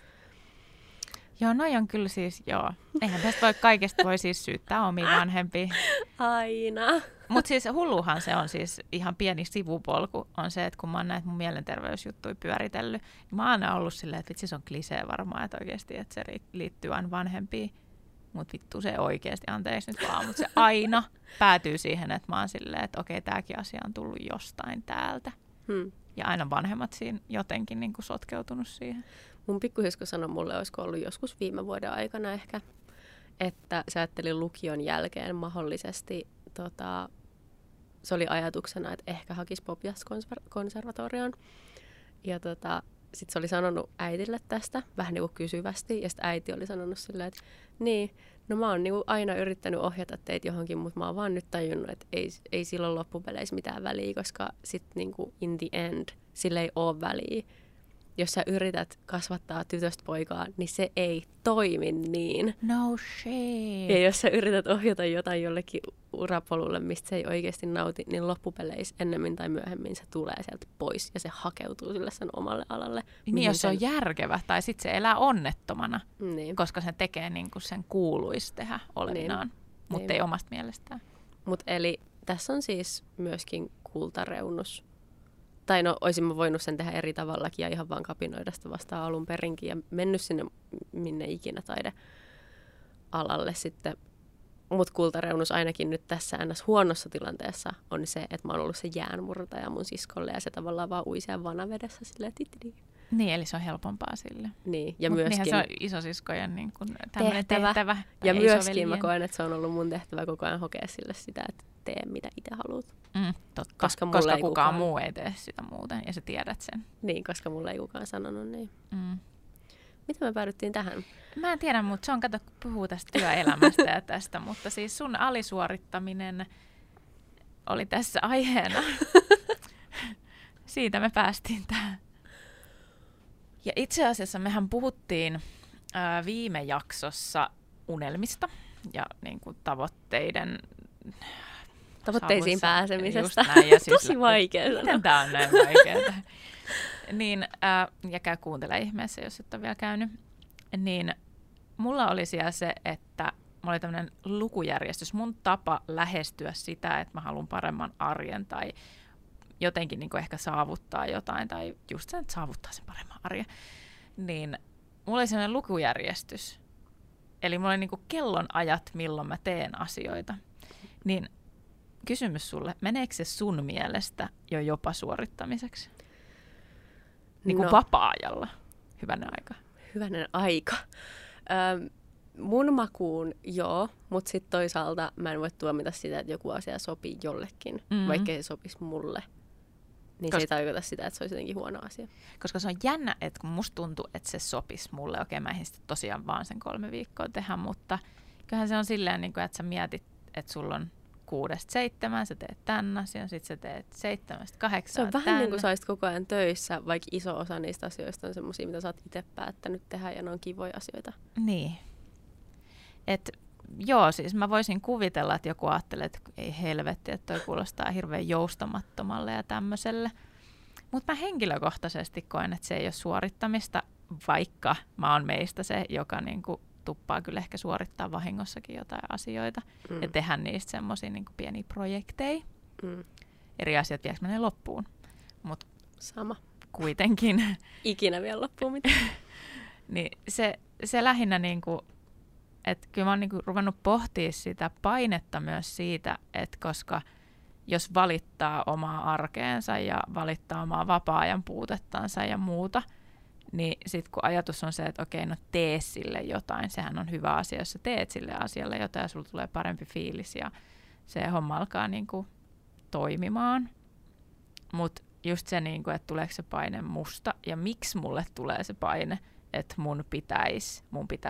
Joo, noi on kyllä siis, joo. Eihän tästä voi kaikesta voi siis syyttää omia vanhempia. Aina. Mutta siis hulluhan se on siis ihan pieni sivupolku on se, että kun mä oon näitä mun mielenterveysjuttuja pyöritellyt, niin mä oon aina ollut silleen, että vitsi se on klisee varmaan, että oikeasti, että se liittyy aina vanhempiin. Mutta vittu se oikeasti, anteeksi nyt vaan, mutta se aina päätyy siihen, että mä oon silleen, että okei, tääkin asia on tullut jostain täältä. Ja aina vanhemmat siinä jotenkin niin kuin sotkeutunut siihen. Mun pikkusisko sanoi mulle, olisiko ollut joskus viime vuoden aikana ehkä, että se ajatteli lukion jälkeen mahdollisesti, se oli ajatuksena, että ehkä hakisi Pop-Jazz-konservatorioon. Ja sitten se oli sanonut äitille tästä vähän niin kuin kysyvästi, ja sitten äiti oli sanonut silleen, että niin, no mä oon niin kuin aina yrittänyt ohjata teitä johonkin, mutta mä oon vaan nyt tajunnut, että ei silloin loppupeleissä mitään väliä, koska sitten niin kuin in the end sillä ei ole väliä. Jos sä yrität kasvattaa tytöstä poikaa, niin se ei toimi niin. No shame. Ja jos sä yrität ohjata jotain jollekin urapolulle, mistä se ei oikeasti nauti, niin loppupeleissä ennemmin tai myöhemmin se tulee sieltä pois ja se hakeutuu sille sen omalle alalle. Niin jos se on järkevä tai sitten se elää onnettomana, koska se tekee niin kuin sen kuuluisi tehdä olevinaan, mutta ei omasta mielestään. Eli tässä on siis myöskin kultareunus tai no olisin mä voinut sen tehdä eri tavallakin ja ihan vaan kapinoida sitä vastaan alun perinkin ja mennyt sinne minne ikinä taidealalle sitten. Mutta kultareunus ainakin nyt tässä ns. Huonossa tilanteessa on se, että mä oon ollut se jäänmurtaja mun siskolle ja se tavallaan vaan ui siellä vanavedessä silleen titidi. Niin, eli se on helpompaa sille. Niin, ja myöskin... myöskin... se on isosiskojen niin kuin tehtävä. Ja myöskin mä koen, että se on ollut mun tehtävä koko ajan hokea sille sitä, että tee mitä itse haluat. Totta, koska kukaan muu ei tee sitä muuten ja sä tiedät sen. Niin, koska mulle ei kukaan sanonut niin. Miten me päädyttiin tähän? Mä en tiedä, mutta se on, kato, kun puhuu tästä työelämästä ja tästä, mutta siis sun alisuorittaminen oli tässä aiheena. Siitä me päästiin tähän. Ja itse asiassa mehän puhuttiin viime jaksossa unelmista ja niin kuin tavoitteisiin pääsemisestä. Just näin, ja siis tosi vaikea sanoa. Miten tää on näin vaikeaa? Niin, ja käy kuuntele ihmeessä, jos et ole vielä käynyt. Niin mulla oli siellä se, että mulla oli tämmöinen lukujärjestys. Mun tapa lähestyä sitä, että mä haluan paremman arjen tai jotenkin niin kuin ehkä saavuttaa jotain tai just sen, että saavuttaa sen paremman arjen. Niin mulla oli sellainen lukujärjestys. Eli mulla oli niin kuin kellonajat, milloin mä teen asioita. Niin kysymys sulle, meneekö se sun mielestä jo jopa suorittamiseksi? Niin kuin vapaa-ajalla. Hyvänen aika. Hyvänen aika. Mun makuun joo, mutta sitten toisaalta mä en voi tuomita sitä, että joku asia sopii jollekin, vaikka se sopisi mulle. Niin se ei tarkoita sitä, että se olisi jotenkin huono asia. Koska se on jännä, että kun musta tuntuu, että se sopisi mulle. Okei, mä en sitten tosiaan vaan sen 3 viikkoa tehdä, mutta kyllähän se on silleen, että sä mietit, että sulla on 6-7, sä teet tän asian, sit sä teet 7-8. Se on vähän niin kuin sä olisit koko ajan töissä, vaikka iso osa niistä asioista on semmosia, mitä sä oot itse päättänyt tehdä ja ne on kivoja asioita. Niin. Joo, siis mä voisin kuvitella, että joku ajattelee, että ei helvetti, että toi kuulostaa hirveän joustamattomalle ja tämmöiselle. Mutta mä henkilökohtaisesti koen, että se ei ole suorittamista, vaikka mä oon meistä se, joka niinku tuppaa kyllä ehkä suorittaa vahingossakin jotain asioita ja tehdä niistä semmoisia niinku pieniä projekteja. Eri asiat vieks menee loppuun. Mut sama. Kuitenkin. Ikinä vielä loppuun mitään. Niin se lähinnä niinku, että kyllä mä oon niinku ruvennut pohtimaan sitä painetta myös siitä, että koska jos valittaa omaa arkeensa ja valittaa omaa vapaa-ajan puutettansa ja muuta, niin sitten kun ajatus on se, että okei, no tee sille jotain, sehän on hyvä asia, jos sä teet sille asialle jotain ja sulla tulee parempi fiilis ja se homma alkaa niinku toimimaan. Mutta just se, niinku, että tuleeko se paine musta ja miksi mulle tulee se paine, että mun pitäisi.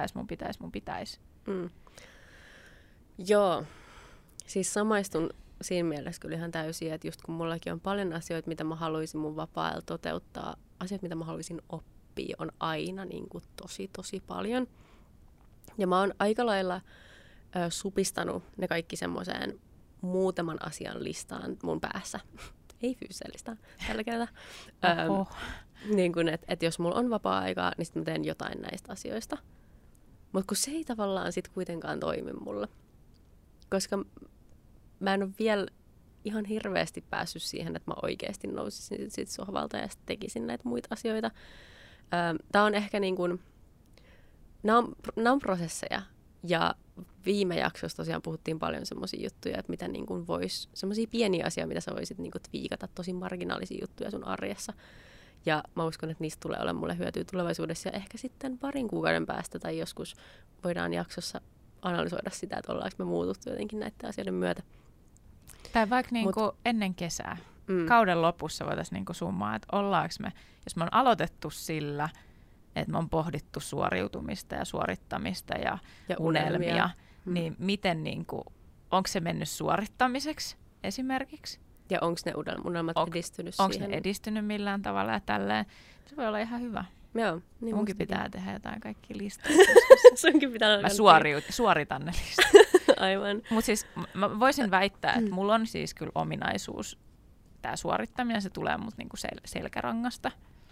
Joo, siis samaistun siinä mielessä kyllä ihan täysin, että just kun mullakin on paljon asioita, mitä mä haluaisin mun vapaa-ajalla toteuttaa, asioita, mitä mä haluaisin oppia, on aina niin kuin tosi paljon. Ja mä oon aika lailla supistanut ne kaikki semmoiseen muutaman asian listaan mun päässä. Ei fyysiseen listaan tällä kertaa. Niin kuin, että jos mulla on vapaa-aikaa, niin sitten mä teen jotain näistä asioista. Mutta kun se ei tavallaan sitten kuitenkaan toimi mulle. Koska mä en ole vielä ihan hirveästi päässyt siihen, että mä oikeasti nousisin sit sohvalta ja sitten tekisin näitä muita asioita. Tää on ehkä niin kuin, nämä on prosesseja. Ja viime jaksossa tosiaan puhuttiin paljon semmoisia juttuja, että mitä niin kuin vois, semmoisia pieniä asioita, mitä sä voisit niin kuin twiikata, tosi marginaalisia juttuja sun arjessa. Ja mä uskon, että niistä tulee olemaan mulle hyötyä tulevaisuudessa ja ehkä sitten parin kuukauden päästä tai joskus voidaan jaksossa analysoida sitä, että ollaanko me muututtu jotenkin näiden asioiden myötä. Tai vaikka niinku ennen kesää, kauden lopussa voitaisiin niinku summaa, että ollaanko me, jos me on aloitettu sillä, että me on pohdittu suoriutumista ja suorittamista ja unelmia, niin miten niinku, onko se mennyt suorittamiseksi esimerkiksi? Ja onko ne unelmat edistynyt siihen? Onko ne edistynyt millään tavalla ja tälleen? Se voi olla ihan hyvä. Joo. Niin munkin pitää tehdä jotain kaikki listoja. Sunkin pitää mä suoritan ne listat. Aivan. Mutta siis mä voisin väittää, että mulla on siis kyllä ominaisuus, tämä suorittaminen, se tulee mut niinku selkärangasta.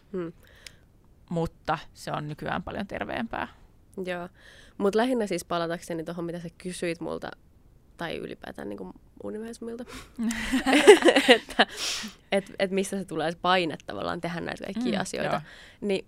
Mutta se on nykyään paljon terveempää. Joo. Mutta lähinnä siis palatakseni tuohon, mitä sä kysyit multa tai ylipäätään niin kuin universumilta, että mistä se tulee se paine tavallaan tehdä näitä kaikkia asioita. Joo. Niin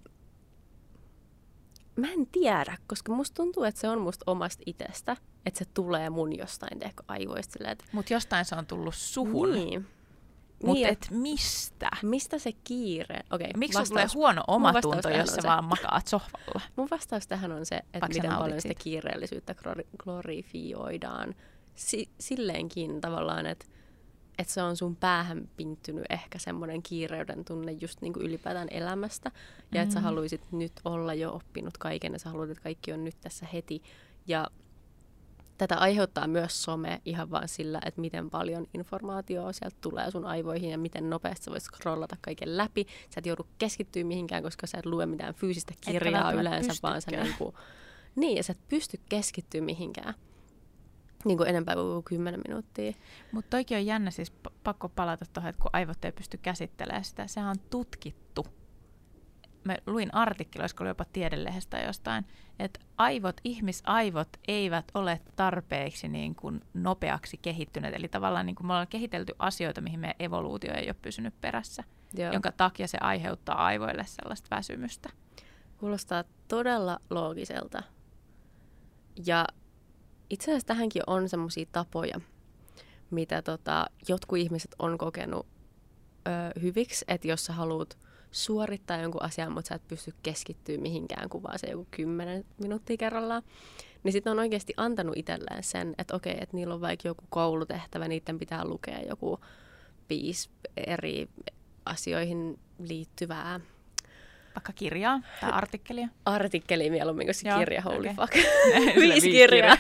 mä en tiedä, koska musta tuntuu, että se on musta omasta itsestä, että se tulee mun jostain aivoista. Mutta jostain se on tullut suhun. Niin. Mutta Niin, et mistä? Mistä se kiire? Okay, miksi sulla tulee huono omatunto, jos sä vaan makaat sohvalla? Mun vastaus tähän on se, että miten paljon sitä kiireellisyyttä glorifioidaan. Silleenkin tavallaan, että se on sun päähän pinttynyt ehkä semmoinen kiireyden tunne just niin kuin ylipäätään elämästä. Ja että sä haluisit nyt olla jo oppinut kaiken ja sä haluat, että kaikki on nyt tässä heti. Ja tätä aiheuttaa myös some ihan vaan sillä, että miten paljon informaatiota sieltä tulee sun aivoihin ja miten nopeasti sä voit scrollata kaiken läpi. Sä et joudu keskittyä mihinkään, koska sä et lue mitään fyysistä kirjaa yleensä, vaan sä niin, ja sä et pysty keskittyä mihinkään. Niin kuin enempää kuin 10 minuuttia. Mutta toikin on jännä, siis pakko palata tuohon, että kun aivot ei pysty käsittelemään sitä, sehän on tutkittu. Mä luin artikkeli, olisiko jopa Tiedelehdestä jostain, että ihmisaivot eivät ole tarpeeksi niin kuin nopeaksi kehittyneet. Eli tavallaan niin kuin me ollaan kehitelty asioita, mihin meidän evoluutio ei ole pysynyt perässä, jonka takia se aiheuttaa aivoille sellaista väsymystä. Kuulostaa todella loogiselta. Ja itse asiassa tähänkin on semmoisia tapoja, mitä jotkut ihmiset on kokenut hyviksi, että jos sä haluat suorittaa jonkun asian, mutta sä et pysty keskittyä mihinkään, kun vaan se joku 10 minuuttia kerrallaan, niin sitten on oikeasti antanut itselleen sen, että okei, että niillä on vaikka joku koulutehtävä, niiden pitää lukea joku 5 eri asioihin liittyvää. Vaikka kirjaa tai artikkelia? Artikkeli mieluummin, kuin se kirja, holy fuck. 5 kirjaa.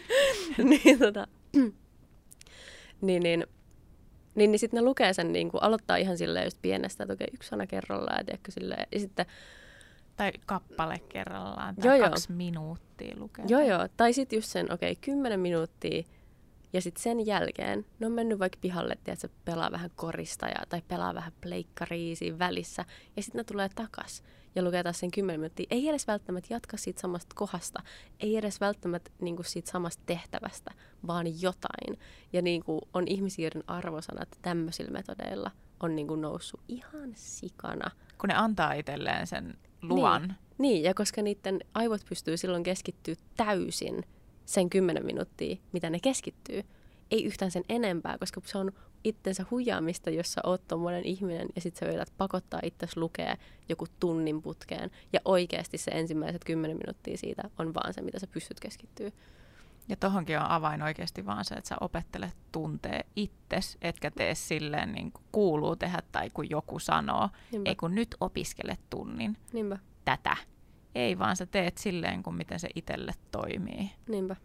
Niin sitten ne lukee sen, niin kuin aloittaa ihan silleen just pienestä, että okei, 1 sana kerrallaan, ja sitten tai kappale kerrallaan, tai 2 minuuttia lukee. Joo, tai sitten just sen, 10 minuuttia, ja sitten sen jälkeen ne on mennyt vaikka pihalle, että pelaa vähän korista tai pelaa vähän pleikkaria siinä välissä, ja sitten ne tulee takas ja lukee taas sen 10 minuuttia. Ei edes välttämättä jatka siitä samasta kohdasta, ei edes välttämättä niin kuin siitä samasta tehtävästä, vaan jotain. Ja niin kuin on ihmisiä, joiden arvosanat tämmöisillä metodeilla on niin kuin noussut ihan sikana. Kun ne antaa itselleen sen luvan. Niin, ja koska niiden aivot pystyy silloin keskittyä täysin sen 10 minuuttia, mitä ne keskittyy. Ei yhtään sen enempää, koska se on itsensä huijaamista, jos sä oot tommoinen ihminen ja sit sä yrität pakottaa itsesi lukea joku tunnin putkeen. Ja oikeasti se ensimmäiset 10 minuuttia siitä on vaan se, mitä sä pystyt keskittyä. Ja tohonkin on avain oikeasti vaan se, että sä opettelet tuntee itses, etkä tee silleen niin kuin kuuluu tehdä tai kun joku sanoo. Niinpä. Ei kun nyt opiskele tunnin Niinpä. tätä. Ei vaan sä teet silleen, kuin miten se itselle toimii. Niinpä.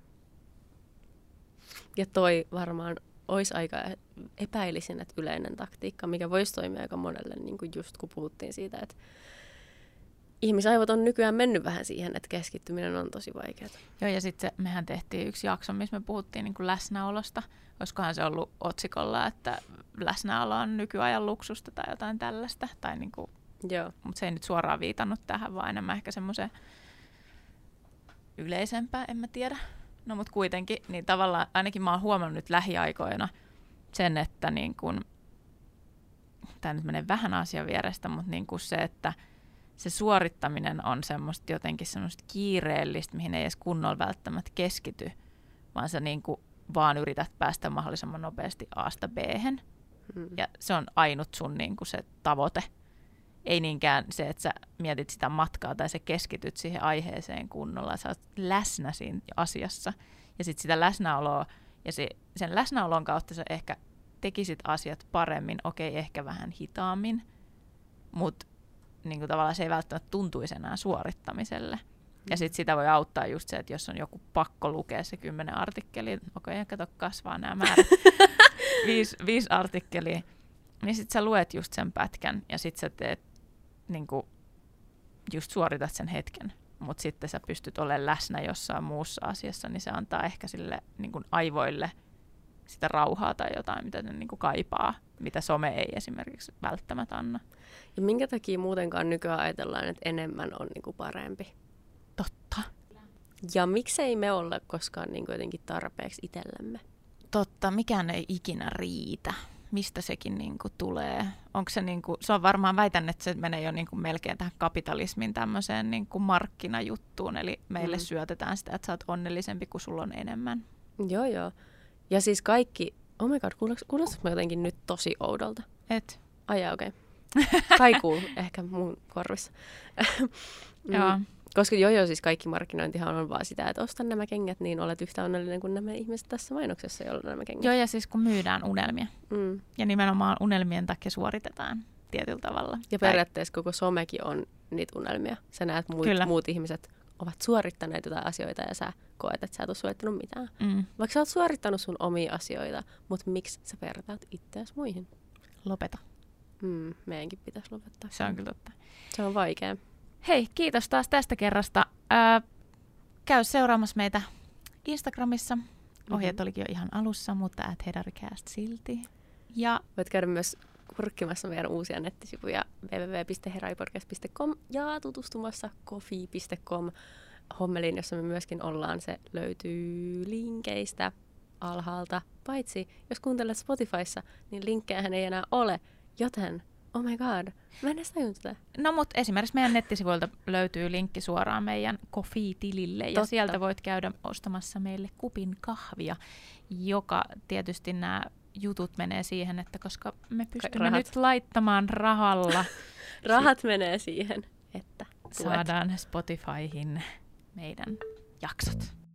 Ja toi varmaan olisi aika epäilisin, että yleinen taktiikka, mikä voisi toimia aika monelle, niin kuin just kun puhuttiin siitä, että ihmisaivot on nykyään mennyt vähän siihen, että keskittyminen on tosi vaikeaa. Joo, ja sitten mehän tehtiin yksi jakso, missä me puhuttiin niin kuin läsnäolosta. Olisikohan se ollut otsikolla, että läsnäolo on nykyajan luksusta tai jotain tällaista. Tai niin kuin, mutta se ei nyt suoraan viitannut tähän, vaan enemmän ehkä semmoiseen yleisempää, en mä tiedä. No mutta kuitenkin, niin tavallaan ainakin mä oon huomannut nyt lähiaikoina sen, että niin kun, tää nyt menee vähän asian vierestä, mutta niin kuin se, että se suorittaminen on semmoista jotenkin semmoista kiireellistä, mihin ei edes kunnolla välttämättä keskity, vaan sä niin kuin vaan yrität päästä mahdollisimman nopeasti A:sta B:hen. Ja se on ainut sun niin kuin se tavoite. Ei niinkään se, että sä mietit sitä matkaa tai sä keskityt siihen aiheeseen kunnolla. Sä oot läsnä siinä asiassa. Ja sitten sitä läsnäoloa, ja sen läsnäolon kautta sä ehkä tekisit asiat paremmin, ehkä vähän hitaammin, mutta niin kuin tavallaan se ei välttämättä tuntuisi enää suorittamiselle. Ja sitten sitä voi auttaa just se, että jos on joku pakko lukea se 10 artikkelia, kato kasvaa nämä määrät, 5 artikkelia, niin sitten sä luet just sen pätkän ja sitten sä teet, niin kuin, just suoritat sen hetken, mutta sitten sä pystyt olemaan läsnä jossain muussa asiassa, niin se antaa ehkä sille niin kuin aivoille sitä rauhaa tai jotain, mitä ne niin kuin kaipaa, mitä some ei esimerkiksi välttämättä anna. Ja minkä takia muutenkaan nykyään ajatellaan, että enemmän on niin kuin parempi? Totta. Ja miksei me olla koskaan niin kuin jotenkin tarpeeksi itsellemme? totta, mikään ei ikinä riitä. Mistä sekin niinku tulee? Onko se niinku, se on varmaan, väitän, että se menee jo niinku melkein tähän kapitalismin tämmöiseen niinku markkinajuttuun, eli meille syötetään sitä, että sä oot onnellisempi, kun sulla on enemmän. Joo. Ja siis kaikki, oh my god, kuulostaa mä jotenkin nyt tosi oudolta? Et? Ai okei. Kaikuu ehkä mun korvissa. Joo. Koska siis kaikki markkinointihan on vaan sitä, että osta nämä kengät, niin olet yhtä onnellinen kuin nämä ihmiset tässä mainoksessa, joilla nämä kengät. Joo, ja siis kun myydään unelmia. Ja nimenomaan unelmien takia suoritetaan tietyllä tavalla. Ja periaatteessa koko somekin on niitä unelmia. Sä näet muut ihmiset ovat suorittaneet jotain asioita ja sä koet, että sä et ole suorittanut mitään. Vaikka sä oot suorittanut sun omia asioita, mutta miksi sä vertaat itseäsi muihin? Lopeta. Meidänkin pitäisi lopettaa. Se on kyllä totta. Se on vaikea. Hei, kiitos taas tästä kerrasta. Käy seuraamassa meitä Instagramissa. Ohjeet olikin jo ihan alussa, mutta @hedaricast silti. Ja voit käydä myös kurkkimassa meidän uusia nettisivuja www.hedaripodcast.com ja tutustumassa coffee.com hommeliin, jossa me myöskin ollaan. Se löytyy linkeistä alhaalta. Paitsi jos kuuntelet Spotifyssa, niin linkkejähän ei enää ole, joten oh my god, mä en edes tajunnut tätä. No mut esimerkiksi meidän nettisivuilta löytyy linkki suoraan meidän Coffee-tilille. Totta. Ja sieltä voit käydä ostamassa meille kupin kahvia, joka tietysti nämä jutut menee siihen, että koska me pystymme nyt laittamaan rahalla. Rahat menee siihen, että saadaan Spotifyhin meidän jaksot.